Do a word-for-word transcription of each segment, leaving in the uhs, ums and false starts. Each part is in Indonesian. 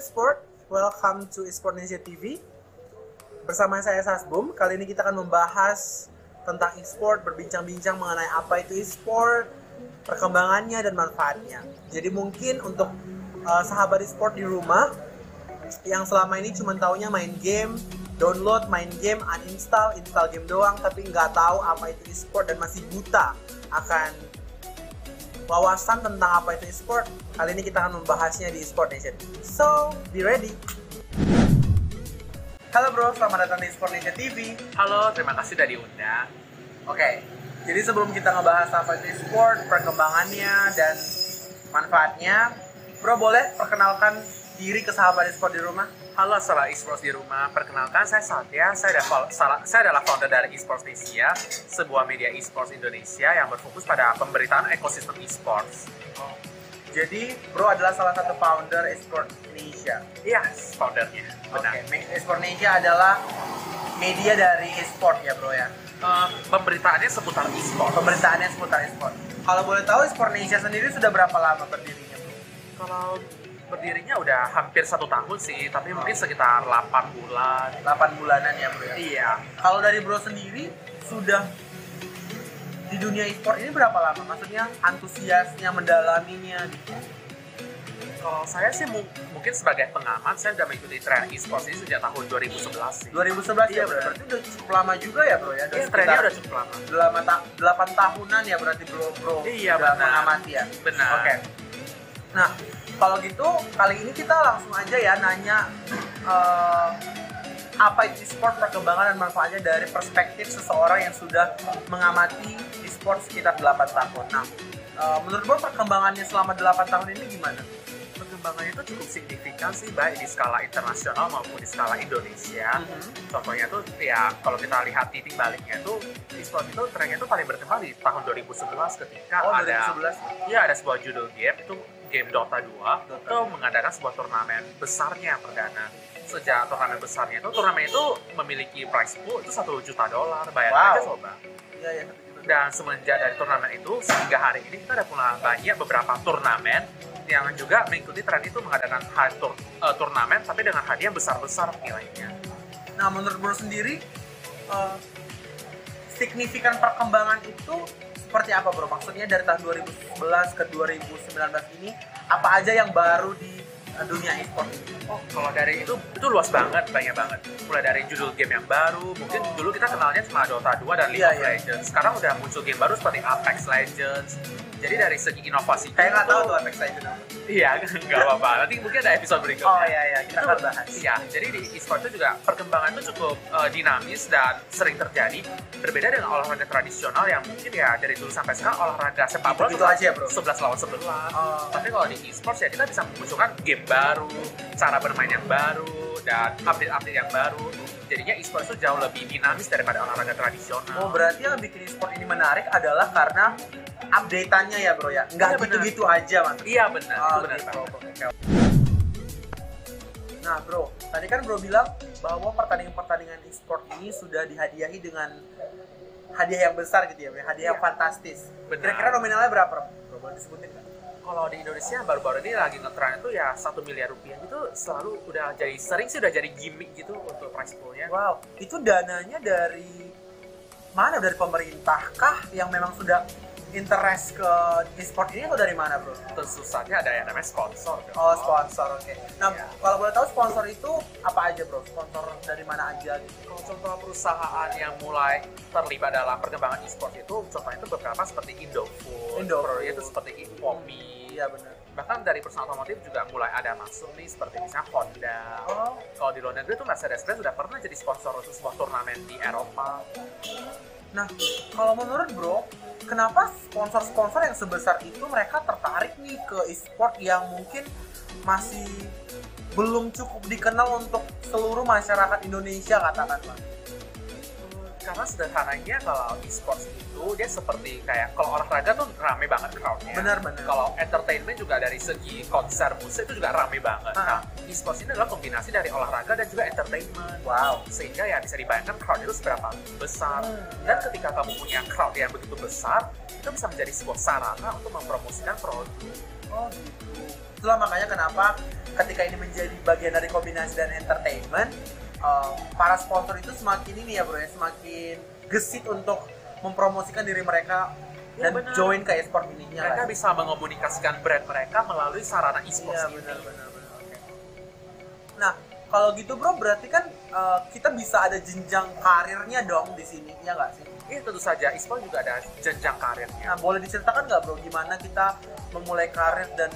e-sport, welcome to e-sport Indonesia T V. Bersama saya Sasbum, kali ini kita akan membahas tentang e-sport, berbincang-bincang mengenai apa itu e-sport, perkembangannya dan manfaatnya. Jadi mungkin untuk uh, sahabat e-sport di rumah yang selama ini cuma taunya main game, download, main game, uninstall, install game doang, tapi nggak tahu apa itu e-sport dan masih buta akan wawasan tentang apa itu e-sport. Kali ini kita akan membahasnya di e-sport Nation. So, be ready. Halo bro, selamat datang di e-sport Nation T V. Halo, terima kasih sudah diundang. Oke, okay. Jadi sebelum kita ngebahas apa itu e-sport, perkembangannya dan manfaatnya, bro boleh perkenalkan diri ke sahabat e-sport di rumah? Halo, sahabat e-sports di rumah. Perkenalkan, saya Satya. Saya adalah, saya adalah founder dari e-sports Indonesia, sebuah media e-sports Indonesia yang berfokus pada pemberitaan ekosistem e-sports. Oh. Jadi, bro adalah salah satu founder e-sports Indonesia? Iya, foundernya. Benar. Oke, okay. e-sports Indonesia adalah media dari e-sport ya bro ya? Uh, pemberitaannya seputar e-sport. Pemberitaannya seputar e-sport. Kalau boleh tahu, e-sports Indonesia sendiri sudah berapa lama berdirinya bro? Kalau berdirinya udah hampir satu tahun sih, tapi oh. mungkin sekitar delapan bulan. delapan bulanan ya bro ya? Iya. Kalau dari bro sendiri, sudah di dunia e-sport ini berapa lama? Maksudnya antusiasnya, mendalaminya gitu? Kalau saya sih mu- mungkin sebagai pengamat, saya udah mengikuti tren e-sports ini sejak tahun dua ribu sebelas sih. dua ribu sebelas iya, ya bro? Berarti udah cukup lama juga ya bro ya? Iya, trennya udah cukup lama. delapan tahunan ya berarti bro, bro iya, udah benar. mengamati ya? Benar. Oke. Okay. Nah, kalau gitu kali ini kita langsung aja ya nanya uh, apa itu e-sport, perkembangan dan manfaatnya dari perspektif seseorang yang sudah mengamati e-sport sekitar delapan tahun. Nah, uh, menurut bro perkembangannya selama delapan tahun ini gimana? Perkembangannya itu cukup signifikan sih, baik di skala internasional maupun di skala Indonesia. Mm-hmm. Contohnya tuh ya kalau kita lihat titik baliknya tuh e-sport itu trennya tuh paling berkembang di tahun dua ribu sebelas ketika oh, ada dua ribu sebelas ya ada sebuah judul game itu game Dota dua Dota. itu mengadakan sebuah turnamen besarnya perdana. Sejak turnamen besarnya itu turnamen itu memiliki prize pool itu satu juta dolar. Bayangin wow. aja coba. Iya ya. Dan semenjak dari turnamen itu sehingga hari ini kita ada pula banyak beberapa turnamen yang juga mengikuti tren itu mengadakan tur, uh, turnamen tapi dengan hadiah besar-besar nilainya. Nah menurut bro sendiri uh, signifikan perkembangan itu seperti apa bro? Maksudnya dari tahun dua ribu sebelas ke dua ribu sembilan belas ini apa aja yang baru di uh, dunia e-sport ini? Oh kalau dari itu itu luas banget, banyak banget. Mulai dari judul game yang baru, mungkin oh. dulu kita kenalnya cuma Dota dua dan League yeah, of yeah. Legends. Sekarang udah muncul game baru seperti Apex Legends. Jadi dari segi inovasi kayak nggak tahu tuh Apex Legends apa. Iya, nggak apa-apa. Nanti mungkin ada episode berikutnya. Oh iya iya, kita akan bahas. Iya, jadi di e-sport itu juga perkembangan itu cukup uh, dinamis dan sering terjadi. Berbeda dengan olahraga tradisional yang mungkin ya dari dulu sampai sekarang olahraga sepak bola itu aja bro. sebelas lawan sebelas. Oh. Tapi kalau di e-sport ya kita bisa memunculkan game baru, cara bermain yang baru dan update-update yang baru. Jadinya e-sport itu jauh lebih dinamis daripada olahraga tradisional. Oh berarti yang bikin e-sport ini menarik adalah karena update-annya ya bro ya? Nggak iya, gitu-gitu aja mas? Iya benar, oh, itu benar gitu. banget. Nah bro, tadi kan bro bilang bahwa pertandingan-pertandingan e-sport ini sudah dihadiahi dengan hadiah yang besar gitu ya, hadiah yang iya. fantastis. Benar. Kira-kira nominalnya berapa bro? Boleh disebutin nggak? Kalau di Indonesia baru-baru ini lagi ngetren itu ya satu miliar rupiah itu selalu udah jadi sering sih udah jadi gimmick gitu untuk prize poolnya. Wow, itu dananya dari mana? Dari pemerintah kah yang memang sudah interest ke e-sport ini atau dari mana bro? Tentu saja ada yang namanya sponsor. Oh sponsor, oke. Okay. Nah ya. Kalau boleh tahu sponsor itu apa aja bro? Sponsor dari mana aja gitu? Kalau contoh perusahaan yang mulai terlibat dalam perkembangan e-sport itu, contohnya itu beberapa seperti Indofood, Indofood. itu seperti Infomi. Iya benar. Bahkan dari perusahaan otomotif juga mulai ada masuk nih seperti misalnya Honda. Oh. Kalau di luar negeri itu Mercedes-Benz sudah pernah jadi sponsor untuk sebuah turnamen di Eropa. Nah, kalau menurut bro, kenapa sponsor-sponsor yang sebesar itu mereka tertarik nih ke e-sport yang mungkin masih belum cukup dikenal untuk seluruh masyarakat Indonesia katakanlah? Karena sederhananya kalau e-sports itu dia seperti kayak kalau olahraga tuh rame banget crowdnya. Benar-benar. Kalau entertainment juga dari segi konser musik itu juga rame banget. Ah. Nah, e-sports ini adalah kombinasi dari olahraga dan juga entertainment. Wow. Sehingga ya bisa dibayangkan crowd itu seberapa besar. Hmm. Dan ketika kamu punya crowd yang begitu besar, itu bisa menjadi sebuah sarana untuk mempromosikan produk. Oh gitu. Itulah makanya kenapa ketika ini menjadi bagian dari kombinasi dan entertainment, uh, para sponsor itu semakin ini ya bro ya, semakin gesit untuk mempromosikan diri mereka ya, dan benar. join ke e-sport ini. Mereka bisa mengomunikasikan brand mereka melalui sarana e-sport. Iya benar benar benar. Oke. Nah kalau gitu bro berarti kan uh, kita bisa ada jenjang karirnya dong di sini, ya nggak sih? Iya tentu saja, e-sport juga ada jenjang karirnya. Nah boleh diceritakan nggak bro gimana kita memulai karir dan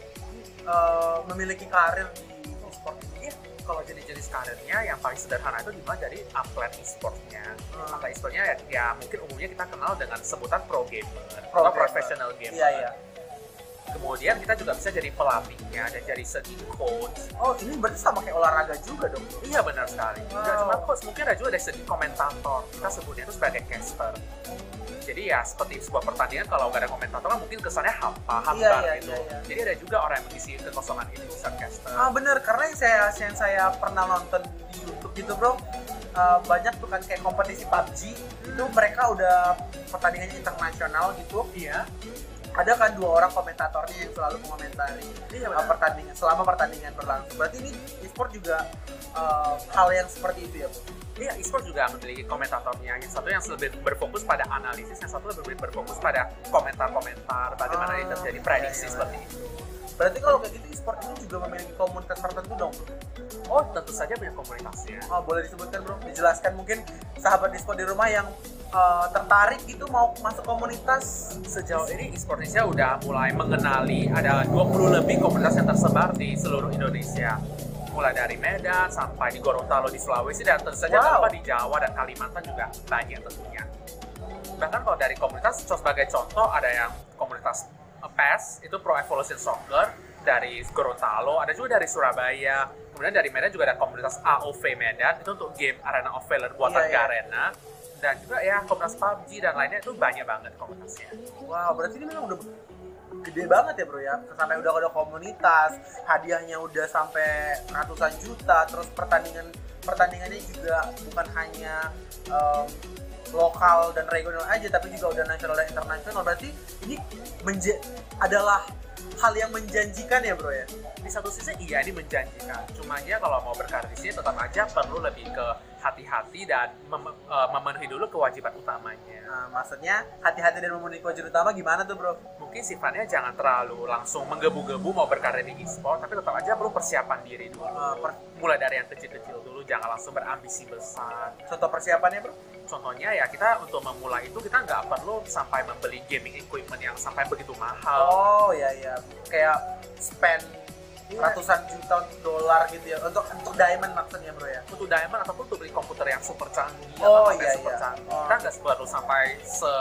uh, memiliki karir di e-sport ini? Iya, kalau jenis-jenis karirnya yang paling sederhana itu dimulai dari atlet e-sportnya. Hmm. Atlet e-sportnya ya, ya mungkin umumnya kita kenal dengan sebutan pro gamer Pro atau gamer. professional gamer. Iya iya. Kemudian kita juga bisa jadi pelatihnya dan jadi segi coach. Oh ini berarti sama kayak olahraga juga dong bro? Iya benar sekali. Wow. Tidak cuma coach, mungkin ada juga dari segi komentator. Kita sebutnya itu sebagai caster. Jadi ya seperti sebuah pertandingan kalau nggak ada komentator kan mungkin kesannya hampa, hambar Iya, iya, gitu. iya, iya. Jadi ada juga orang yang mengisi kekosongan itu saat caster. Ah bener, karena yang saya yang saya pernah nonton di YouTube gitu bro, uh, banyak tuh kan kayak kompetisi P U B G itu mereka udah pertandingannya internasional gitu. Iya. Ada kan dua orang komentatornya yang selalu mengomentari Iya, uh, pertandingan selama pertandingan berlangsung. Berarti ini e-sport juga uh, hal yang seperti itu ya bro? Iya, e-sport juga memiliki komentatornya. Yang satu yang lebih berfokus pada analisis, yang satu lebih berfokus pada komentar-komentar, bagaimana Ah, yang terjadi prediksi iya, iya. seperti itu. Berarti kalau kayak gitu e-sport ini juga memiliki komunitas tertentu dong bro? Oh, tentu saja punya komunitasnya. Oh, boleh disebutkan bro? Dijelaskan mungkin sahabat e-sport di rumah yang uh, tertarik gitu mau masuk komunitas. Sejauh ini e-sport Indonesia udah mulai mengenali ada dua puluh lebih komunitas yang tersebar di seluruh Indonesia. Mulai dari Medan sampai di Gorontalo di Sulawesi dan tentu saja Wow. tanpa di Jawa dan Kalimantan juga banyak tentunya. Bahkan kalau dari komunitas, sebagai contoh ada yang komunitas P E S, itu Pro Evolution Soccer dari Gorontalo, ada juga dari Surabaya, kemudian dari Medan juga ada komunitas A O V Medan, itu untuk game Arena of Valor buatan Iya, iya. Garena, dan juga ya komunitas P U B G dan lainnya itu banyak banget komunitasnya. Wow, berarti ini memang udah gede banget ya bro ya, sampai udah ada komunitas, hadiahnya udah sampai ratusan juta, terus pertandingan pertandingannya juga bukan hanya um, lokal dan regional aja, tapi juga udah nasional dan internasional. Berarti ini menja- adalah hal yang menjanjikan ya bro ya. Di satu sisi iya ini menjanjikan, cuma aja kalau mau berkarir di sini tetap aja perlu lebih ke hati-hati dan mem- uh, memenuhi dulu kewajiban utamanya. Nah, maksudnya hati-hati dan memenuhi kewajiban utama gimana tuh bro? Mungkin sifatnya jangan terlalu langsung menggebu-gebu mau berkarir di e-sport, tapi tetap aja perlu persiapan diri dulu. Uh, per- Mulai dari yang kecil-kecil dulu, jangan langsung berambisi besar. contoh persiapannya bro? Contohnya ya kita untuk memulai itu kita nggak perlu sampai membeli gaming equipment yang sampai begitu mahal. Oh ya ya, kayak spend Iya. ratusan juta untuk dolar gitu ya, untuk untuk diamond maksudnya bro ya. Untuk diamond ataupun untuk beli komputer yang super canggih Oh, atau iya, super iya. canggih. Oh. Kita nggak perlu sampai se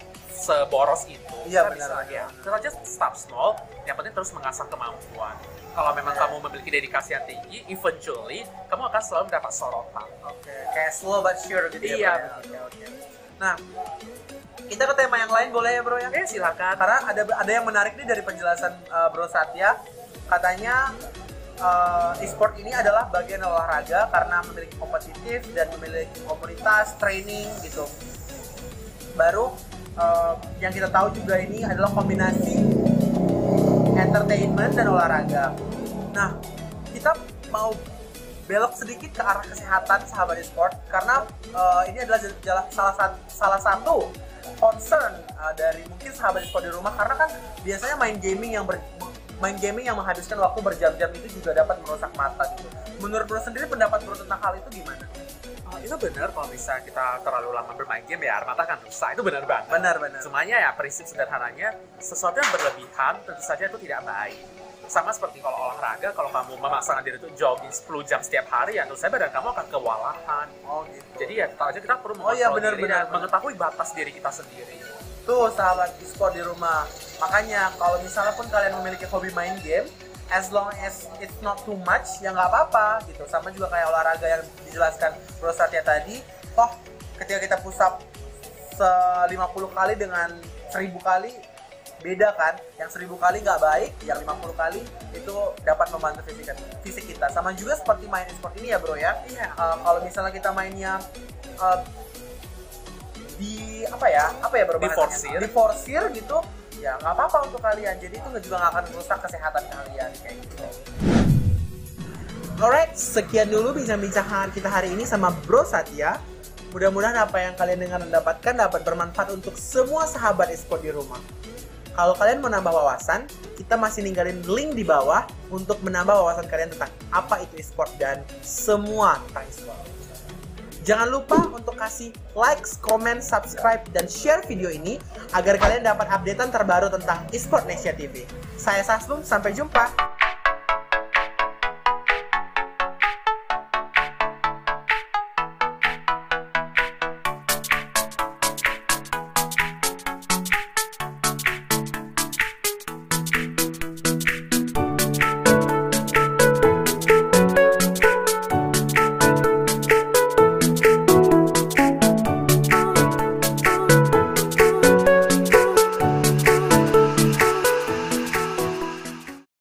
seboros itu. Iya, Kita benar, bisa, benar, ya. benar. Kita aja start small, yang penting terus mengasah kemampuan. Kalau memang Iya. kamu memiliki dedikasi yang tinggi, eventually kamu akan selalu mendapat sorotan. Oke, kayak slow but sure gitu Iya, ya bro ya. Oke oke. Nah, kita ke tema yang lain boleh ya bro ya? Eh silakan. Karena ada ada yang menarik nih dari penjelasan uh, Bro Satya, katanya uh, e-sport ini adalah bagian olahraga karena memiliki kompetitif dan memiliki komunitas, training gitu. Baru uh, yang kita tahu juga ini adalah kombinasi entertainment dan olahraga. Nah, kita mau belok sedikit ke arah kesehatan sahabat e-sport karena uh, ini adalah jala- salah satu salah satu concern uh, dari mungkin sahabat e-sport di rumah, karena kan biasanya main gaming yang ber, main gaming yang menghabiskan waktu berjam-jam itu juga dapat merusak mata gitu. Menurut Bro sendiri pendapat Bro tentang hal itu gimana? Oh, itu benar kalau bisa kita terlalu lama bermain game ya mata kan rusak, itu benar banget. Benar benar. Semuanya ya prinsip sederhananya, sesuatu yang berlebihan tentu saja itu tidak baik. Sama seperti kalau olahraga, kalau kamu memaksakan diri itu jogging sepuluh jam setiap hari, ya menurut saya badan kamu akan kewalahan. Oh gitu. Jadi ya tetap aja kita perlu Oh iya, mengontrol benar, diri benar, dan benar. mengetahui batas diri kita sendiri. Tuh sahabat e-sport di rumah. Makanya kalau misalnya pun kalian memiliki hobi main game, as long as it's not too much, ya nggak apa-apa gitu. Sama juga kayak olahraga yang dijelaskan Bro Satya tadi. Toh ketika kita push up se lima puluh kali dengan seribu kali beda kan, yang seribu kali nggak baik, yang lima puluh kali itu dapat membantu fisik, fisik kita. Sama juga seperti main e-sport ini ya bro ya. Iya. Uh, kalau misalnya kita mainnya uh, di apa ya apa ya bro bahasanya? Diforsir. Diforsir gitu, Ya nggak apa-apa untuk kalian, jadi itu juga nggak akan merusak kesehatan kalian kayak gitu. Alright, sekian dulu bincang-bincang kita hari ini sama Bro Satya. Mudah-mudahan apa yang kalian dengar dan dapatkan dapat bermanfaat untuk semua sahabat e-sport di rumah. Kalau kalian mau nambah wawasan, kita masih ninggalin link di bawah untuk menambah wawasan kalian tentang apa itu e-sport dan semua tentang e-sport. Jangan lupa untuk kasih like, comment, subscribe, dan share video ini agar kalian dapat updatean terbaru tentang eSport Indonesia T V. Saya Sasbum, sampai jumpa!